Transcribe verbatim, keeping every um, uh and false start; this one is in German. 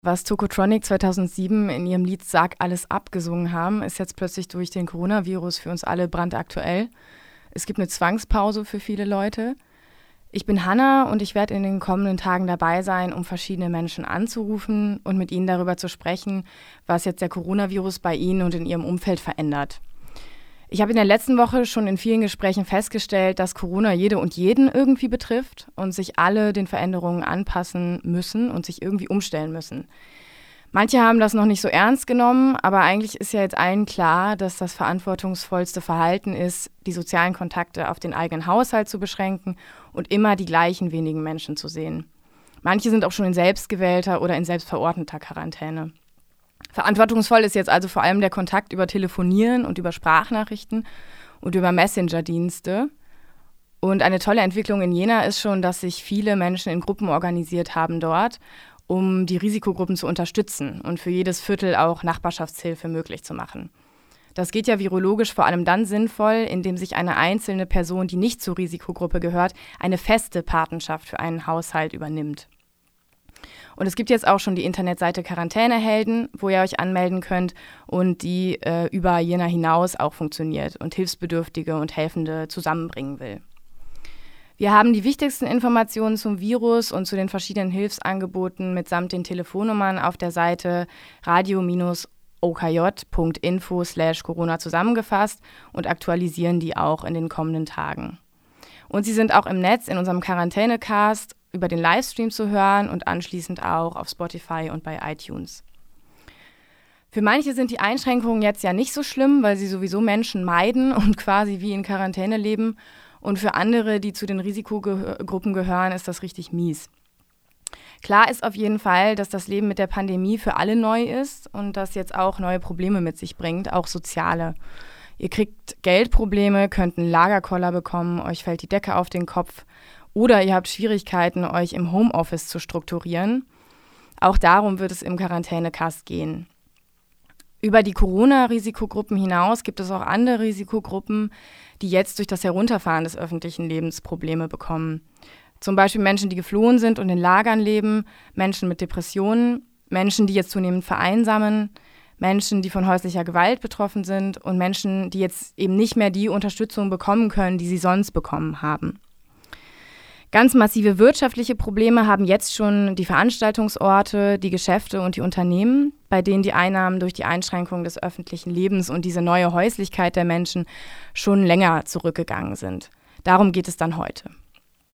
Was Tokotronic zweitausendsieben in ihrem Lied Sag alles ab gesungen haben, ist jetzt plötzlich durch den Coronavirus für uns alle brandaktuell. Es gibt eine Zwangspause für viele Leute. Ich bin Hanna und ich werde in den kommenden Tagen dabei sein, um verschiedene Menschen anzurufen und mit ihnen darüber zu sprechen, was jetzt der Coronavirus bei ihnen und in ihrem Umfeld verändert. Ich habe in der letzten Woche schon in vielen Gesprächen festgestellt, dass Corona jede und jeden irgendwie betrifft und sich alle den Veränderungen anpassen müssen und sich irgendwie umstellen müssen. Manche haben das noch nicht so ernst genommen, aber eigentlich ist ja jetzt allen klar, dass das verantwortungsvollste Verhalten ist, die sozialen Kontakte auf den eigenen Haushalt zu beschränken und immer die gleichen wenigen Menschen zu sehen. Manche sind auch schon in selbstgewählter oder in selbstverordneter Quarantäne. Verantwortungsvoll ist jetzt also vor allem der Kontakt über Telefonieren und über Sprachnachrichten und über Messenger-Dienste. Und eine tolle Entwicklung in Jena ist schon, dass sich viele Menschen in Gruppen organisiert haben dort, um die Risikogruppen zu unterstützen und für jedes Viertel auch Nachbarschaftshilfe möglich zu machen. Das geht ja virologisch vor allem dann sinnvoll, indem sich eine einzelne Person, die nicht zur Risikogruppe gehört, eine feste Patenschaft für einen Haushalt übernimmt. Und es gibt jetzt auch schon die Internetseite Quarantänehelden, wo ihr euch anmelden könnt und die äh, über Jena hinaus auch funktioniert und Hilfsbedürftige und Helfende zusammenbringen will. Wir haben die wichtigsten Informationen zum Virus und zu den verschiedenen Hilfsangeboten mitsamt den Telefonnummern auf der Seite radio o k j punkt info slash corona zusammengefasst und aktualisieren die auch in den kommenden Tagen. Und sie sind auch im Netz in unserem Quarantänecast über den Livestream zu hören und anschließend auch auf Spotify und bei iTunes. Für manche sind die Einschränkungen jetzt ja nicht so schlimm, weil sie sowieso Menschen meiden und quasi wie in Quarantäne leben. Und für andere, die zu den Risikogruppen gehören, ist das richtig mies. Klar ist auf jeden Fall, dass das Leben mit der Pandemie für alle neu ist und das jetzt auch neue Probleme mit sich bringt, auch soziale. Ihr kriegt Geldprobleme, könnt einen Lagerkoller bekommen, euch fällt die Decke auf den Kopf. Oder ihr habt Schwierigkeiten, euch im Homeoffice zu strukturieren. Auch darum wird es im Quarantänecast gehen. Über die Corona-Risikogruppen hinaus gibt es auch andere Risikogruppen, die jetzt durch das Herunterfahren des öffentlichen Lebens Probleme bekommen. Zum Beispiel Menschen, die geflohen sind und in Lagern leben, Menschen mit Depressionen, Menschen, die jetzt zunehmend vereinsamen, Menschen, die von häuslicher Gewalt betroffen sind und Menschen, die jetzt eben nicht mehr die Unterstützung bekommen können, die sie sonst bekommen haben. Ganz massive wirtschaftliche Probleme haben jetzt schon die Veranstaltungsorte, die Geschäfte und die Unternehmen, bei denen die Einnahmen durch die Einschränkung des öffentlichen Lebens und diese neue Häuslichkeit der Menschen schon länger zurückgegangen sind. Darum geht es dann heute.